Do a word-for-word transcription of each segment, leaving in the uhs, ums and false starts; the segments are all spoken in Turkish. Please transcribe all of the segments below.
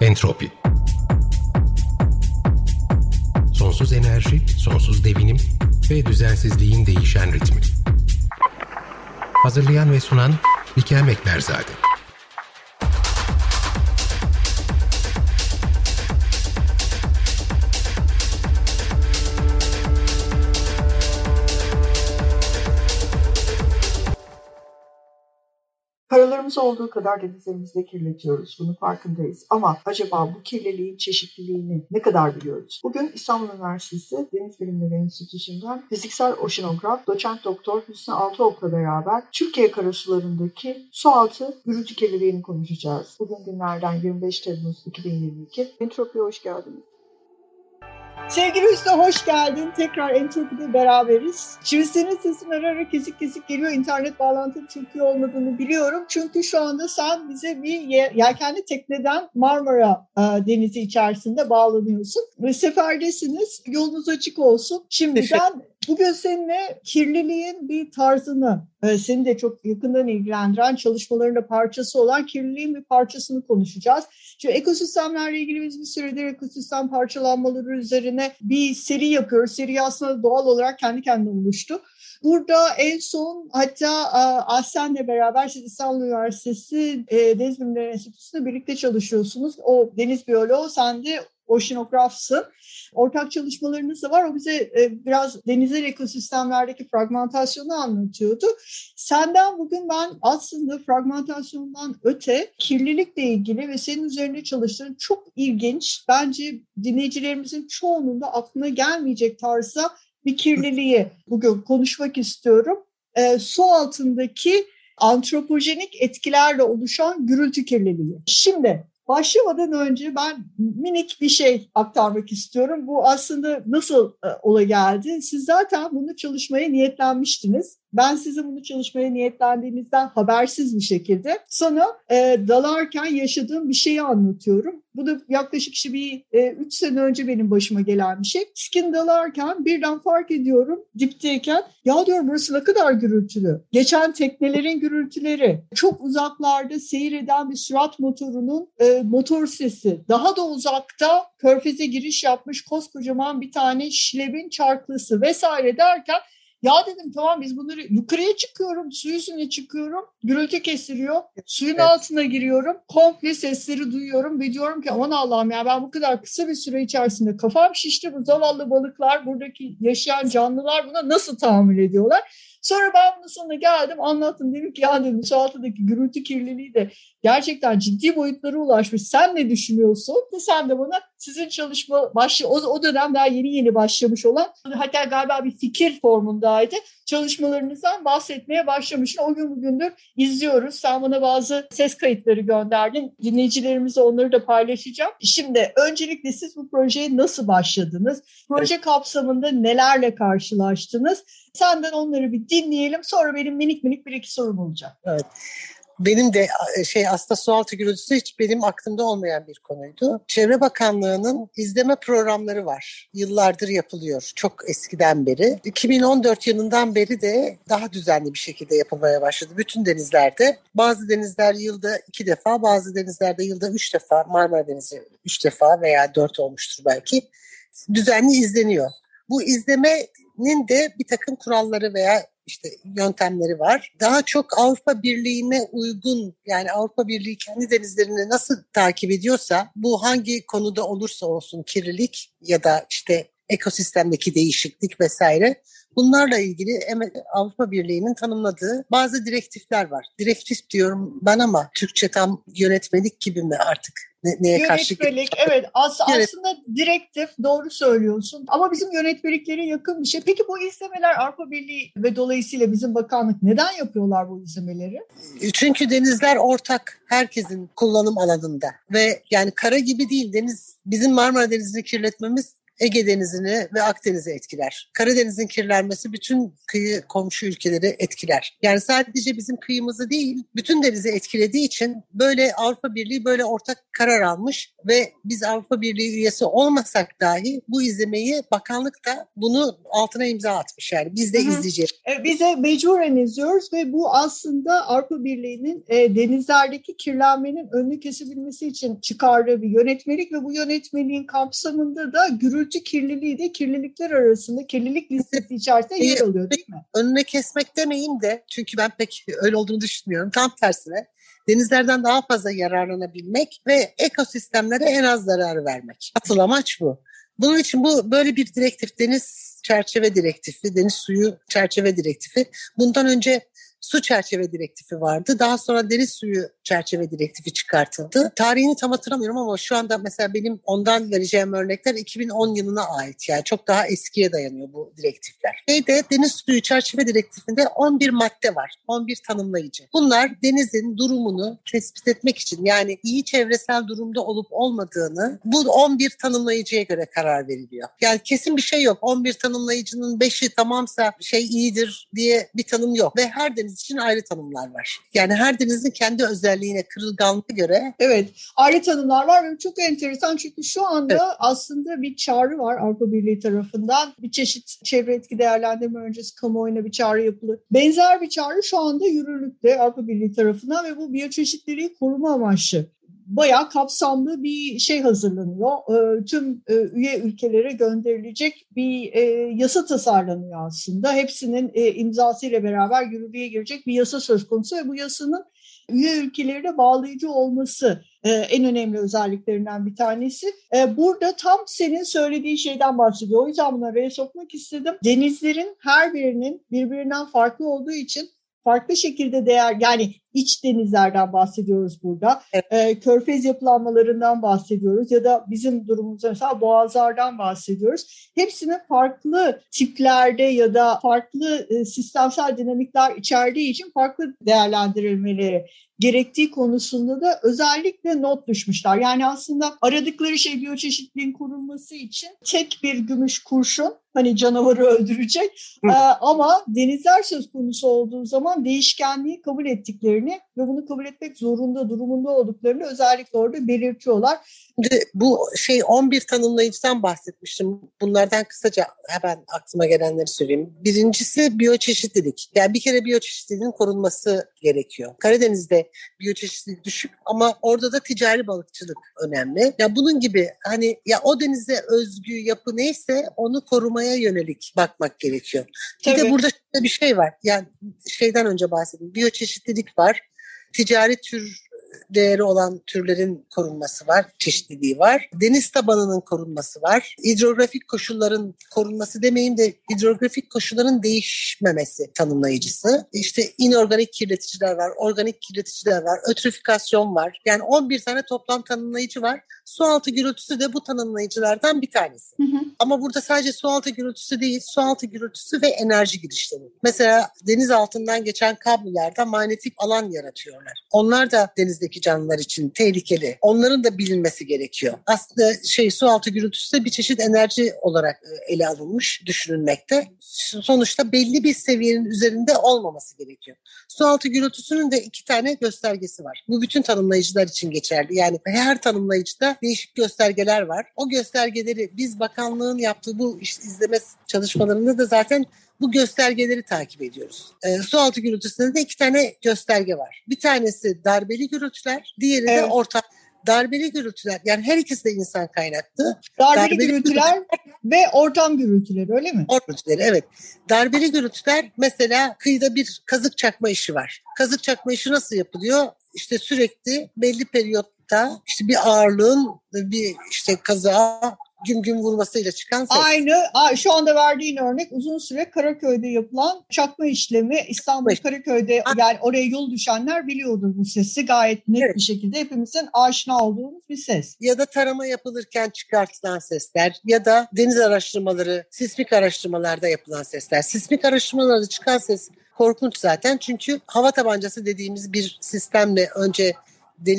Entropi. Sonsuz enerji, sonsuz devinim ve düzensizliğin değişen ritmi. Hazırlayan ve sunan Bikem Ekberzade. Paralarımız olduğu kadar denizlerimizi de kirletiyoruz. Bunun farkındayız. Ama acaba bu kirliliğin çeşitliliğini ne kadar biliyoruz? Bugün İstanbul Üniversitesi Deniz Bilimleri Enstitüsü'nden fiziksel oşinograf doçent doktor Hüsnü Altıok'la beraber Türkiye karasularındaki sualtı gürültü kirliliğini konuşacağız. Bugün günlerden yirmi beş Temmuz iki bin yirmi iki. Entropi'ye hoş geldiniz. Sevgili Hüsnü, hoş geldin. Tekrar Entropi'de beraberiz. Şimdi senin sesin ara ara kesik kesik geliyor. İnternet bağlantının çok iyi olmadığını biliyorum. Çünkü şu anda sen bize bir yelkenli tekneden Marmara e, Denizi içerisinde bağlanıyorsun. Ve seferdesiniz. Yolunuz açık olsun. Şimdiden bugün seninle kirliliğin bir tarzını, e, seni de çok yakından ilgilendiren, çalışmalarında parçası olan kirliliğin bir parçasını konuşacağız. Şimdi ekosistemlerle ilgili biz bir süredir ekosistem parçalanmaları üzerine bir seri yapıyoruz. Seri aslında doğal olarak kendi kendine oluştu. Burada en son hatta Ahsen'le beraber siz İstanbul Üniversitesi e, Deniz Bilimleri Enstitüsü'nde birlikte çalışıyorsunuz. O deniz biyoloğu, sen de oşinografsın. Ortak çalışmalarınız da var. O bize e, biraz denizler ekosistemlerdeki fragmentasyonu anlatıyordu. Senden bugün ben aslında fragmentasyondan öte kirlilikle ilgili ve senin üzerinde çalıştığın çok ilginç, bence dinleyicilerimizin çoğunun da aklına gelmeyecek tarzda bir kirliliği bugün konuşmak istiyorum. E, su altındaki antropojenik etkilerle oluşan gürültü kirliliği. Şimdi başlamadan önce ben minik bir şey aktarmak istiyorum. Bu aslında nasıl e, ola geldi? Siz zaten bunu çalışmaya niyetlenmiştiniz. Ben sizin bunu çalışmaya niyetlendiğinizden habersiz bir şekilde sana e, dalarken yaşadığım bir şeyi anlatıyorum. Bu da yaklaşık işte bir e, üç sene önce benim başıma gelen bir şey. Skin dalarken birden fark ediyorum dipteyken, ya diyorum burası ne kadar gürültülü. Geçen teknelerin gürültüleri, çok uzaklarda seyreden bir sürat motorunun e, motor sesi, daha da uzakta körfeze giriş yapmış koskocaman bir tane şilebin çarklısı vesaire derken, ya dedim tamam biz bunları yukarıya çıkıyorum, su yüzüne çıkıyorum, gürültü kesiliyor, suyun evet. altına giriyorum, komple sesleri duyuyorum ve diyorum ki aman Allah'ım ya ben bu kadar kısa bir süre içerisinde kafam şişti, bu zavallı balıklar, buradaki yaşayan canlılar buna nasıl tahammül ediyorlar? Sonra ben bunun sonuna geldim, anlattım, dedim ki ya dedim su altındaki gürültü kirliliği de gerçekten ciddi boyutlara ulaşmış. Sen ne düşünüyorsun? Ve sen de bana sizin çalışma başlı o, o dönem daha yeni yeni başlamış olan, hatta galiba bir fikir formundaydı, çalışmalarınızdan bahsetmeye başlamışsın. O gün bugündür izliyoruz. Sen bana bazı ses kayıtları gönderdin. Dinleyicilerimize onları da paylaşacağım. Şimdi öncelikle siz bu projeye nasıl başladınız? Proje evet. kapsamında nelerle karşılaştınız? Senden onları bir dinleyelim. Sonra benim minik minik bir iki sorum olacak. Evet. Benim de şey aslında sualtı gürültüsü hiç benim aklımda olmayan bir konuydu. Çevre Bakanlığı'nın izleme programları var. Yıllardır yapılıyor. Çok eskiden beri. iki bin on dört yılından beri de daha düzenli bir şekilde yapılmaya başladı. Bütün denizlerde. Bazı denizler yılda iki defa, bazı denizlerde yılda üç defa. Marmara Denizi üç defa veya dört olmuştur belki. Düzenli izleniyor. Bu izlemenin de bir takım kuralları veya işte yöntemleri var. Daha çok Avrupa Birliği'ne uygun, yani Avrupa Birliği kendi denizlerini nasıl takip ediyorsa, bu hangi konuda olursa olsun, kirlilik ya da işte ekosistemdeki değişiklik vesaire, bunlarla ilgili Avrupa Birliği'nin tanımladığı bazı direktifler var. Direktif diyorum ben ama Türkçe tam yönetmelik gibi mi artık? Ne, neye yönetmelik, karşı... evet As- Yönet... aslında direktif, doğru söylüyorsun ama bizim yönetmeliklere yakın bir şey. Peki bu izlemeler Avrupa Birliği ve dolayısıyla bizim bakanlık neden yapıyorlar bu izlemeleri? Çünkü denizler ortak, herkesin kullanım alanında ve yani kara gibi değil deniz. Bizim Marmara Denizi'ni kirletmemiz Ege Denizi'ni ve Akdeniz'i etkiler. Karadeniz'in kirlenmesi bütün kıyı komşu ülkeleri etkiler. Yani sadece bizim kıyımızı değil, bütün denizi etkilediği için böyle Avrupa Birliği böyle ortak karar almış ve biz Avrupa Birliği üyesi olmasak dahi bu izlemeyi bakanlık da bunu altına imza atmış. Yani biz de izleyeceğiz. E, biz de mecburen izliyoruz ve bu aslında Avrupa Birliği'nin e, denizlerdeki kirlenmenin önünü kesebilmesi için çıkardığı bir yönetmelik ve bu yönetmeliğin kapsamında da gürültü kirliliği de kirlilikler arasında kirlilik listesi içerisinde yer alıyor, değil mi? Önüne kesmek demeyeyim de, çünkü ben pek öyle olduğunu düşünmüyorum. Tam tersine denizlerden daha fazla yararlanabilmek ve ekosistemlere en az zarar vermek. Asıl amaç bu. Bunun için bu böyle bir direktif, deniz çerçeve direktifi, deniz suyu çerçeve direktifi. Bundan önce su çerçeve direktifi vardı. Daha sonra deniz suyu çerçeve direktifi çıkartıldı. Tarihini tam hatırlamıyorum ama şu anda mesela benim ondan vereceğim örnekler iki bin on yılına ait. Yani çok daha eskiye dayanıyor bu direktifler. Şeyde deniz suyu çerçeve direktifinde on bir madde var. on bir tanımlayıcı. Bunlar denizin durumunu tespit etmek için, yani iyi çevresel durumda olup olmadığını bu on bir tanımlayıcıya göre karar veriliyor. Yani kesin bir şey yok. on bir tanımlayıcının beşi tamamsa şey iyidir diye bir tanım yok. Ve her deniz için ayrı tanımlar var. Yani her denizin kendi özelliğine, kırılganlığına göre. Evet, ayrı tanımlar var ve çok enteresan çünkü şu anda evet. aslında bir çağrı var Avrupa Birliği tarafından. Bir çeşit çevre etki değerlendirme öncesi kamuoyuna bir çağrı yapılır. Benzer bir çağrı şu anda yürürlükte Avrupa Birliği tarafından ve bu biyoçeşitliliği koruma amaçlı. Bayağı kapsamlı bir şey hazırlanıyor. E, tüm e, üye ülkelere gönderilecek bir e, yasa tasarlanıyor aslında. Hepsinin e, imzasıyla beraber yürürlüğe girecek bir yasa söz konusu ve bu yasanın üye ülkelerine bağlayıcı olması e, en önemli özelliklerinden bir tanesi. E, burada tam senin söylediğin şeyden bahsediyor. O yüzden bunu araya sokmak istedim. Denizlerin her birinin birbirinden farklı olduğu için farklı şekilde değer, yani iç denizlerden bahsediyoruz burada. Evet. E, körfez yapılanmalarından bahsediyoruz ya da bizim durumumuzda mesela boğazlardan bahsediyoruz. Hepsinin farklı tiplerde ya da farklı e, sistemsel dinamikler içerdiği için farklı değerlendirilmeleri gerektiği konusunda da özellikle not düşmüşler. Yani aslında aradıkları şey biyoçeşitliliğin korunması için tek bir gümüş kurşun, hani canavarı öldürecek ee, ama denizler söz konusu olduğu zaman değişkenliği kabul ettiklerini ve bunu kabul etmek zorunda, durumunda olduklarını özellikle orada belirtiyorlar. Şimdi bu şey on bir tanımlayıcıdan bahsetmiştim. Bunlardan kısaca hemen aklıma gelenleri söyleyeyim. Birincisi biyoçeşitlilik. Yani bir kere biyoçeşitliliğin korunması gerekiyor. Karadeniz'de biyoçeşitlilik düşük ama orada da ticari balıkçılık önemli. Ya bunun gibi hani ya o denize özgü yapı neyse onu korumaya yönelik bakmak gerekiyor. Tabii. Bir de burada bir şey var. Yani şeyden önce bahsedeyim. Biyoçeşitlilik var. Ticari tür değeri olan türlerin korunması var, çeşitliliği var. Deniz tabanının korunması var. Hidrografik koşulların korunması demeyeyim de hidrografik koşulların değişmemesi tanımlayıcısı. İşte inorganik kirleticiler var, organik kirleticiler var, ötrifikasyon var. Yani on bir tane toplam tanımlayıcı var. Sualtı gürültüsü de bu tanımlayıcılardan bir tanesi. Hı hı. Ama burada sadece sualtı gürültüsü değil, sualtı gürültüsü ve enerji girişleri. Mesela deniz altından geçen kablolarda manyetik alan yaratıyorlar. Onlar da denizdeki canlılar için tehlikeli. Onların da bilinmesi gerekiyor. Aslında şey sualtı gürültüsü de bir çeşit enerji olarak ele alınmış düşünülmekte. Sonuçta belli bir seviyenin üzerinde olmaması gerekiyor. Sualtı gürültüsünün de iki tane göstergesi var. Bu bütün tanımlayıcılar için geçerli. Yani her tanımlayıcıda değişik göstergeler var. O göstergeleri biz bakanlığın yaptığı bu izleme çalışmalarında da zaten bu göstergeleri takip ediyoruz. E, sualtı gürültüsünde de iki tane gösterge var. Bir tanesi darbeli gürültüler, diğeri evet. de orta. Darbeli gürültüler, yani her ikisi de insan kaynaklı. Darbeli, darbeli gürültüler, gürültüler ve ortam gürültüleri, öyle mi? Ortam gürültüleri, evet. Darbeli gürültüler mesela kıyıda bir kazık çakma işi var. Kazık çakma işi nasıl yapılıyor? İşte sürekli belli periyotta işte bir ağırlığın bir işte kazığa güm güm vurmasıyla çıkan ses. Aynı şu anda verdiğin örnek uzun süre Karaköy'de yapılan çakma işlemi. İstanbul Karaköy'de, yani oraya yol düşenler biliyordur bu sesi gayet net evet. bir şekilde hepimizin aşina olduğumuz bir ses. Ya da tarama yapılırken çıkartılan sesler ya da deniz araştırmaları, sismik araştırmalarda yapılan sesler. Sismik araştırmalarda çıkan ses korkunç zaten çünkü hava tabancası dediğimiz bir sistemle önce denize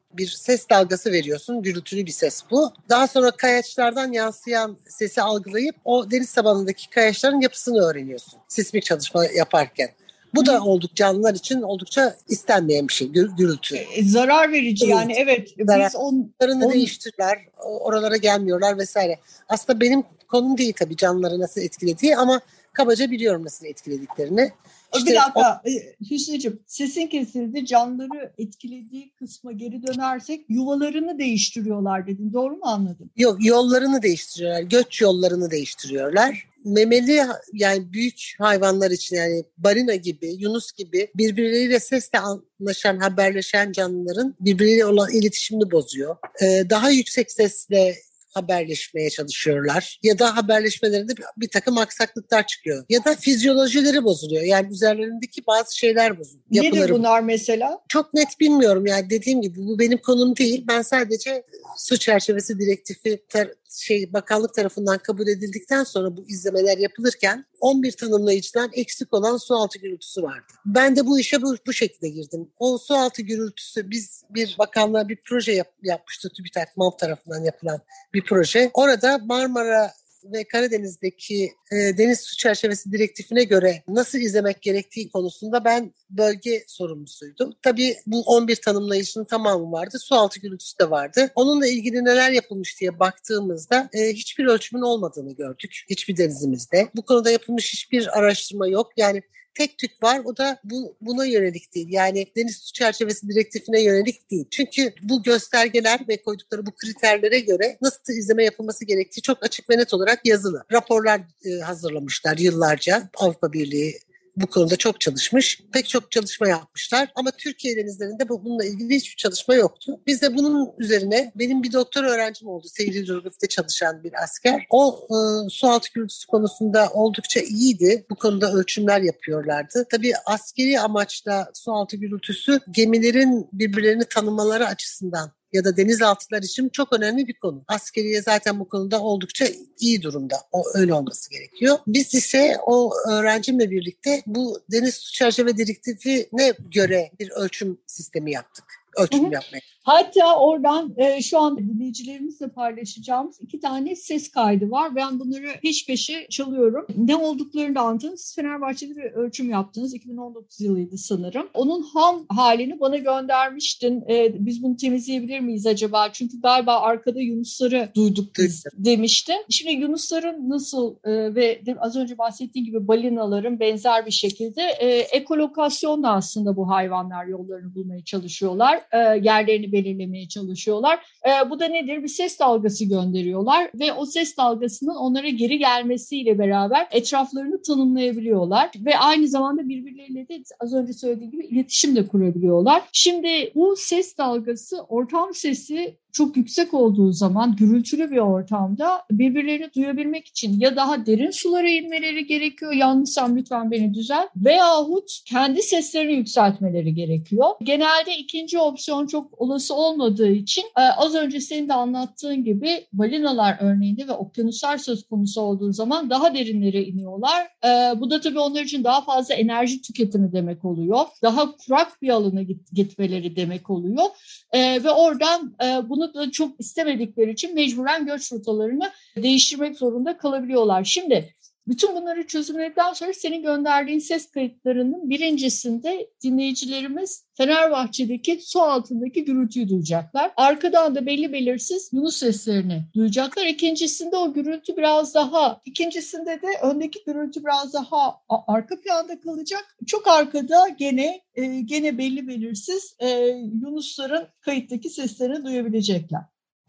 bir ses dalgası veriyorsun. Gürültülü bir ses bu. Daha sonra kayaçlardan yansıyan sesi algılayıp o deniz tabanındaki kayaçların yapısını öğreniyorsun sismik çalışma yaparken. Bu da oldukça canlılar için oldukça istenmeyen bir şey, gür- gürültü. E, zarar verici evet. Yani evet. Biz onlarını on... değiştirirler, oralara gelmiyorlar vesaire. Aslında benim konum değil tabii canlıları nasıl etkilediği ama kabaca biliyorum nasıl etkilediklerini. İşte bir dakika o... Hüsnü'cüğüm, sesin kesildi, canlıları etkilediği kısma geri dönersek yuvalarını değiştiriyorlar dedin, doğru mu anladım? Yok, yollarını değiştiriyorlar, göç yollarını değiştiriyorlar. Memeli yani büyük hayvanlar için yani balina gibi, yunus gibi birbirleriyle sesle anlaşan, haberleşen canlıların birbirleriyle olan iletişimini bozuyor. Ee, daha yüksek sesle haberleşmeye çalışıyorlar ya da haberleşmelerinde bir, bir takım aksaklıklar çıkıyor ya da fizyolojileri bozuluyor. Yani üzerlerindeki bazı şeyler bozuluyor. Nedir bunlar mesela? Çok net bilmiyorum yani dediğim gibi bu benim konum değil. Ben sadece su çerçevesi direktifi tar- şey bakanlık tarafından kabul edildikten sonra bu izlemeler yapılırken on bir tanımlayıcıdan eksik olan sualtı gürültüsü vardı. Ben de bu işe bu, bu şekilde girdim. O sualtı gürültüsü biz bir bakanlığa bir proje yap, yapmıştı TÜBİTAK MAV tarafından yapılan bir proje. Orada Marmara ve Karadeniz'deki e, deniz su çerçevesi direktifine göre nasıl izlemek gerektiği konusunda ben bölge sorumlusuydum. Tabii bu on bir tanımlayıcının tamamı vardı. Sualtı gürültüsü de vardı. Onunla ilgili neler yapılmış diye baktığımızda e, hiçbir ölçümün olmadığını gördük. Hiçbir denizimizde. Bu konuda yapılmış hiçbir araştırma yok. Yani tek tük var, o da bu, buna yönelik değil. Yani deniz su çerçevesi direktifine yönelik değil. Çünkü bu göstergeler ve koydukları bu kriterlere göre nasıl izleme yapılması gerektiği çok açık ve net olarak yazılı. Raporlar e, hazırlamışlar yıllarca. Avrupa Birliği bu konuda çok çalışmış. Pek çok çalışma yapmışlar. Ama Türkiye denizlerinde bununla ilgili hiçbir çalışma yoktu. Biz de bunun üzerine benim bir doktor öğrencim oldu. Seyir hidrografide çalışan bir asker. O e, sualtı gürültüsü konusunda oldukça iyiydi. Bu konuda ölçümler yapıyorlardı. Tabii askeri amaçla sualtı gürültüsü gemilerin birbirlerini tanımaları açısından ya da denizaltılar için çok önemli bir konu. Askeriye zaten bu konuda oldukça iyi durumda. O öyle olması gerekiyor. Biz ise o öğrencimle birlikte bu deniz su çerçeve direktifine göre bir ölçüm sistemi yaptık. Ölçüm hı hı. yapmaya. Hatta oradan e, şu an dinleyicilerimizle paylaşacağımız iki tane ses kaydı var. Ben bunları peş peşe çalıyorum. Ne olduklarını da anladınız. Fenerbahçe'de bir ölçüm yaptınız. iki bin on dokuz yılıydı sanırım. Onun ham halini bana göndermiştin. E, biz bunu temizleyebilir miyiz acaba? Çünkü galiba arkada yunusları duyduk biz demişti. Şimdi yunusların nasıl e, ve az önce bahsettiğim gibi balinaların benzer bir şekilde e, ekolokasyonla aslında bu hayvanlar yollarını bulmaya çalışıyorlar. E, yerlerini belirlemeye çalışıyorlar. E, bu da nedir? Bir ses dalgası gönderiyorlar ve o ses dalgasının onlara geri gelmesiyle beraber etraflarını tanımlayabiliyorlar ve aynı zamanda birbirleriyle de az önce söylediğim gibi iletişim de kurabiliyorlar. Şimdi bu ses dalgası ortam sesi çok yüksek olduğu zaman gürültülü bir ortamda birbirlerini duyabilmek için ya daha derin sulara inmeleri gerekiyor, yanlışsam lütfen beni düzelt, veyahut kendi seslerini yükseltmeleri gerekiyor. Genelde ikinci opsiyon çok olası olmadığı için az önce senin de anlattığın gibi balinalar örneğinde ve okyanuslar söz konusu olduğu zaman daha derinlere iniyorlar. Bu da tabii onlar için daha fazla enerji tüketimi demek oluyor. Daha kurak bir alana gitmeleri demek oluyor. Ve oradan bunu Bunu da çok istemedikleri için mecburen göç rotalarını değiştirmek zorunda kalabiliyorlar. Şimdi bütün bunları çözümledikten sonra senin gönderdiğin ses kayıtlarının birincisinde dinleyicilerimiz Fenerbahçe'deki su altındaki gürültüyü duyacaklar. Arkadan da belli belirsiz yunus seslerini duyacaklar. İkincisinde o gürültü biraz daha, ikincisinde de öndeki gürültü biraz daha arka planda kalacak. Çok arkada gene e, gene belli belirsiz e, yunusların kayıttaki seslerini duyabilecekler.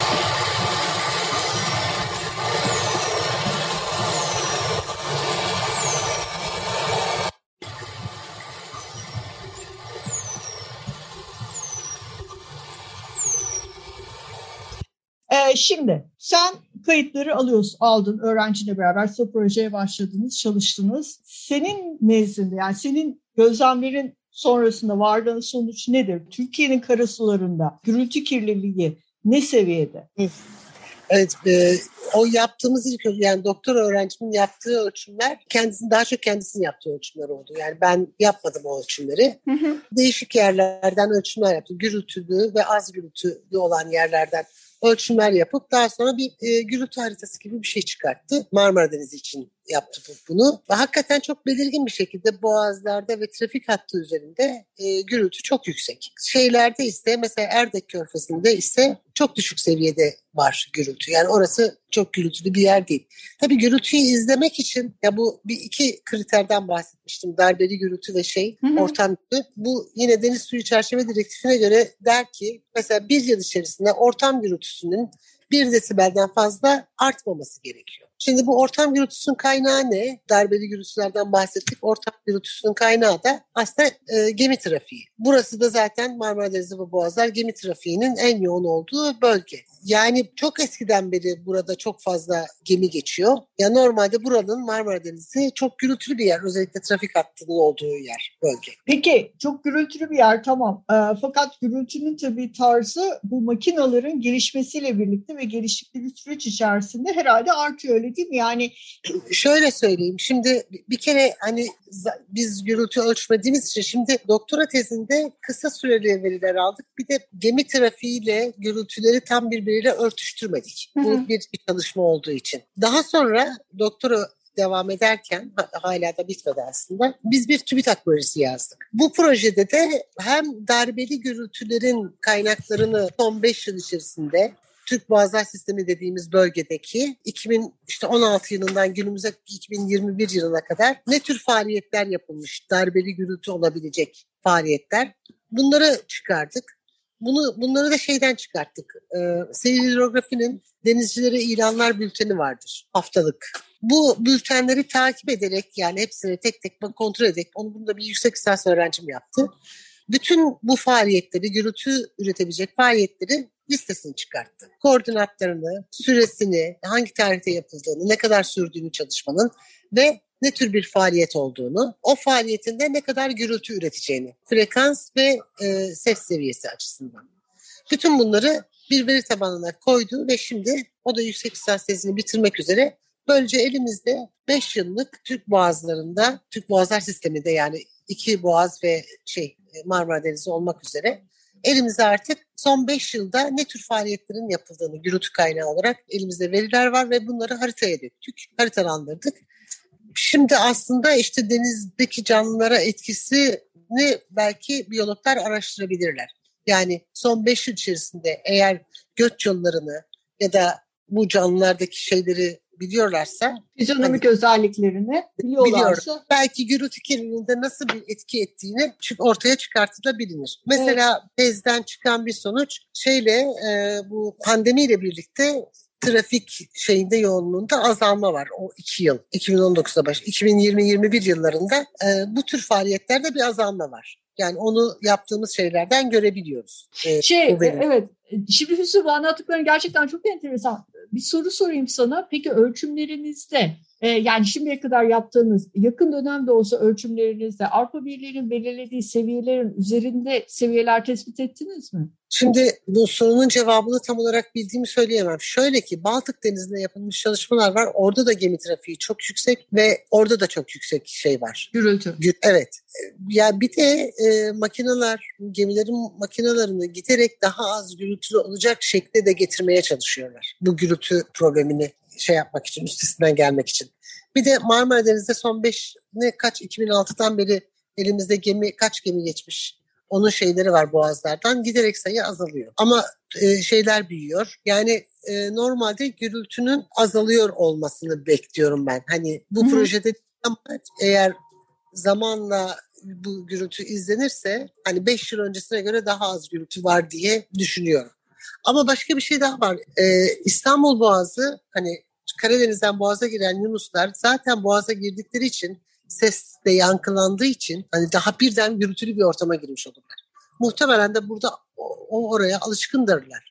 Ee, şimdi sen kayıtları alıyorsun, aldın, öğrencinle beraber size projeye başladınız, çalıştınız. Senin nezdinde, yani senin gözlemlerin sonrasında vardığın sonuç nedir? Türkiye'nin karasularında gürültü kirliliği ne seviyede? Evet, e, o yaptığımız ilk yani doktor öğrencimin yaptığı ölçümler kendisini daha çok kendisinin yaptığı ölçümler oldu. Yani ben yapmadım o ölçümleri. Hı hı. Değişik yerlerden ölçümler yaptım. Gürültülü ve az gürültülü olan yerlerden ölçümler yapıp daha sonra bir e, gürültü haritası gibi bir şey çıkarttı. Marmara Denizi için yaptı bunu. Ve hakikaten çok belirgin bir şekilde boğazlarda ve trafik hattı üzerinde e, gürültü çok yüksek. Şeylerde ise mesela Erdek Körfezi'nde ise çok düşük seviyede var gürültü. Yani orası çok gürültülü bir yer değil. Tabii gürültüyü izlemek için ya bu bir iki kriterden bahsetmiştim. Darbeli gürültü ve şey hı hı. ortam gürültü. Bu yine Deniz Suyu Çerçeve Direktifi'ne göre der ki mesela bir yıl içerisinde ortam gürültüsünün bir desibelden fazla artmaması gerekiyor. Şimdi bu ortam gürültüsünün kaynağı ne? Darbeli gürültülerden bahsettik. Ortam gürültüsünün kaynağı da aslında e, gemi trafiği. Burası da zaten Marmara Denizi ve Boğazlar gemi trafiğinin en yoğun olduğu bölge. Yani çok eskiden beri burada çok fazla gemi geçiyor. Ya normalde buranın Marmara Denizi çok gürültülü bir yer. Özellikle trafik hattının olduğu yer, bölge. Peki çok gürültülü bir yer tamam. E, fakat gürültünün tabii tarzı bu makinaların gelişmesiyle birlikte ve geliştikleri süreç içerisinde herhalde artıyor, öyle değil mi? Yani şöyle söyleyeyim. Şimdi bir kere hani biz gürültü ölçmediğimiz için şimdi doktora tezinde kısa süreli veriler aldık. Bir de gemi trafiğiyle gürültüleri tam birbiriyle örtüştürmedik. Hı hı. Bu bir, bir çalışma olduğu için. Daha sonra doktora devam ederken hala da bitmedi aslında. Biz bir TÜBİTAK projesi yazdık. Bu projede de hem darbeli gürültülerin kaynaklarını son beş yıl içerisinde Türk Boğazlar Sistemi dediğimiz bölgedeki iki bin on altı yılından günümüze iki bin yirmi bir yılına kadar ne tür faaliyetler yapılmış, darbeli gürültü olabilecek faaliyetler, bunları çıkardık. Bunu bunları da şeyden çıkarttık. Ee, Sivil Hidrografi'nin denizcilere ilanlar bülteni vardır haftalık. Bu bültenleri takip ederek yani hepsini tek tek kontrol ederek onu bunu da bir yüksek lisans öğrencim yaptı. Bütün bu faaliyetleri, gürültü üretebilecek faaliyetleri listesini çıkarttı. Koordinatlarını, süresini, hangi tarihte yapıldığını, ne kadar sürdüğünü çalışmanın ve ne tür bir faaliyet olduğunu, o faaliyetinde ne kadar gürültü üreteceğini, frekans ve e, ses seviyesi açısından. Bütün bunları bir veri tabanına koydu ve şimdi o da yüksek lisans tezini bitirmek üzere. Böylece elimizde beş yıllık Türk boğazlarında, Türk Boğazlar Sistemi'nde yani iki boğaz ve şey Marmara Denizi olmak üzere elimizde artık son beş yılda ne tür faaliyetlerin yapıldığını gürültü kaynağı olarak elimizde veriler var ve bunları haritaya döktük, haritalandırdık. Şimdi aslında işte denizdeki canlılara etkisini belki biyologlar araştırabilirler. Yani son beş yıl içerisinde eğer göç yollarını ya da bu canlılardaki şeyleri biliyorlarsa, fizyonomik hani, özelliklerini biliyorlarsa biliyor. Belki gürültü kirliliğinde nasıl bir etki ettiğini ortaya çıkartılabilir. Mesela evet. Tezden çıkan bir sonuç şeyle e, bu pandemiyle birlikte trafik şeyinde yoğunluğunda azalma var. O iki yıl iki bin on dokuzda baş, iki bin yirmi yirmi bir yıllarında e, bu tür faaliyetlerde bir azalma var. Yani onu yaptığımız şeylerden görebiliyoruz. Ee, şey evet. Şimdi Hüsnü, bu anlattıkların gerçekten çok enteresan. Bir soru sorayım sana. Peki ölçümlerinizde e, yani şimdiye kadar yaptığınız yakın dönemde olsa ölçümlerinizde Avrupa Birliği'nin belirlediği seviyelerin üzerinde seviyeler tespit ettiniz mi? Şimdi bu sorunun cevabını tam olarak bildiğimi söyleyemem. Şöyle ki Baltık Denizi'nde yapılmış çalışmalar var. Orada da gemi trafiği çok yüksek ve orada da çok yüksek şey var. Gürültü. Evet. Ya bir de e, makineler, gemilerin makinalarını giderek daha az gürültülü olacak şekilde de getirmeye çalışıyorlar. Bu gürültü problemini şey yapmak için, üstesinden gelmek için. Bir de Marmara Denizi'nde son beş ne kaç iki bin altıdan beri elimizde gemi kaç gemi geçmiş. Onun şeyleri var boğazlardan. Giderek sayı azalıyor. Ama e, şeyler büyüyor. Yani e, normalde gürültünün azalıyor olmasını bekliyorum ben. Hani bu Hı-hı. projede eğer zamanla bu gürültü izlenirse hani beş yıl öncesine göre daha az gürültü var diye düşünüyorum. Ama başka bir şey daha var. E, İstanbul Boğazı hani Karadeniz'den Boğaz'a giren Yunuslar zaten Boğaz'a girdikleri için ses de yankılandığı için hani daha birden gürültülü bir ortama girmiş olurlar. Muhtemelen de burada o, o oraya alışkındırlar.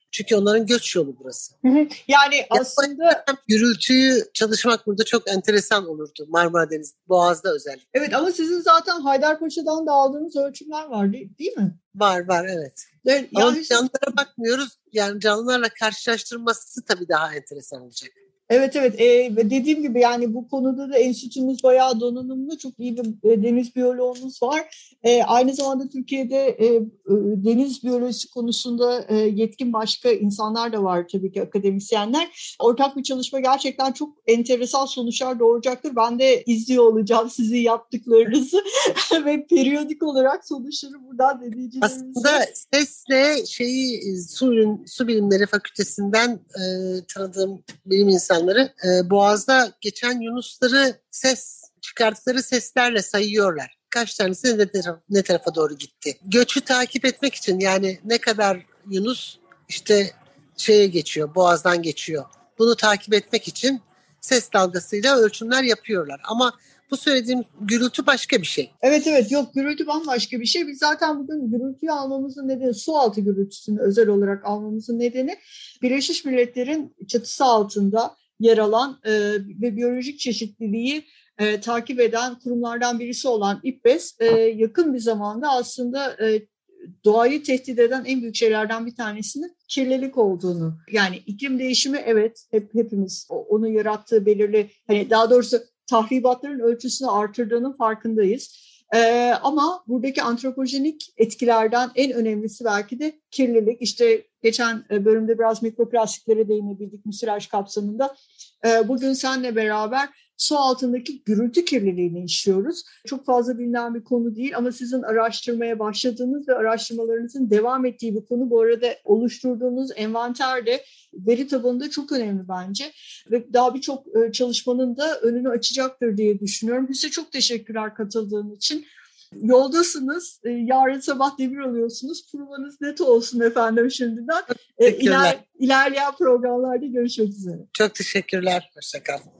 Çünkü onların göç yolu burası. Yani aslında gürültüyü çalışmak burada çok enteresan olurdu Marmara Denizi, Boğaz'da özellikle. Evet, ama sizin zaten Haydarpaşa'dan da aldığınız ölçümler var değil, değil mi? Var var evet. Evet, ama yani canlılara bakmıyoruz. Yani canlılarla karşılaştırması tabii daha enteresan olacak. Evet evet ee, dediğim gibi yani bu konuda da enstitümüz bayağı donanımlı, çok iyi bir e, deniz biyoloğumuz var. E, aynı zamanda Türkiye'de e, e, deniz biyolojisi konusunda e, yetkin başka insanlar da var tabii ki, akademisyenler. Ortak bir çalışma gerçekten çok enteresan sonuçlar doğuracaktır. Ben de izliyor olacağım sizin yaptıklarınızı ve periyodik olarak sonuçları buradan dinleyicilerimize. Aslında sesle şeyi su, su bilimleri fakültesinden e, tanıdığım bilim insanı E, Boğaz'da geçen yunusları ses çıkarttıkları seslerle sayıyorlar. Kaç tanesi ne, taraf, ne tarafa doğru gitti. Göçü takip etmek için, yani ne kadar yunus işte şeye geçiyor, Boğaz'dan geçiyor. Bunu takip etmek için ses dalgasıyla ölçümler yapıyorlar. Ama bu söylediğim gürültü başka bir şey. Evet evet yok, gürültü bambaşka bir şey. Biz zaten bugün gürültüyü almamızın nedeni, su altı gürültüsünü özel olarak almamızın nedeni Birleşmiş Milletler'in çatısı altında yer alan e, ve biyolojik çeşitliliği e, takip eden kurumlardan birisi olan İPBES e, yakın bir zamanda aslında e, doğayı tehdit eden en büyük şeylerden bir tanesinin kirlilik olduğunu. Yani iklim değişimi, evet, hep hepimiz onu yarattığı belirli, hani daha doğrusu tahribatların ölçüsünü artırdığının farkındayız. Ee, ama buradaki antropojenik etkilerden en önemlisi belki de kirlilik. İşte geçen bölümde biraz mikroplastiklere değinebildik müsilaj kapsamında. Ee, bugün seninle beraber su altındaki gürültü kirliliğini işliyoruz. Çok fazla bilinen bir konu değil ama sizin araştırmaya başladığınız ve araştırmalarınızın devam ettiği bir konu. Bu arada oluşturduğunuz envanter de veri tabanında çok önemli bence. Ve daha birçok çalışmanın da önünü açacaktır diye düşünüyorum. Size çok teşekkürler katıldığın için. Yoldasınız. Yarın sabah demir alıyorsunuz. Provanız net olsun efendim şimdiden. İler, ilerleyen programlarda görüşmek üzere. Çok teşekkürler. Hoşça kalın.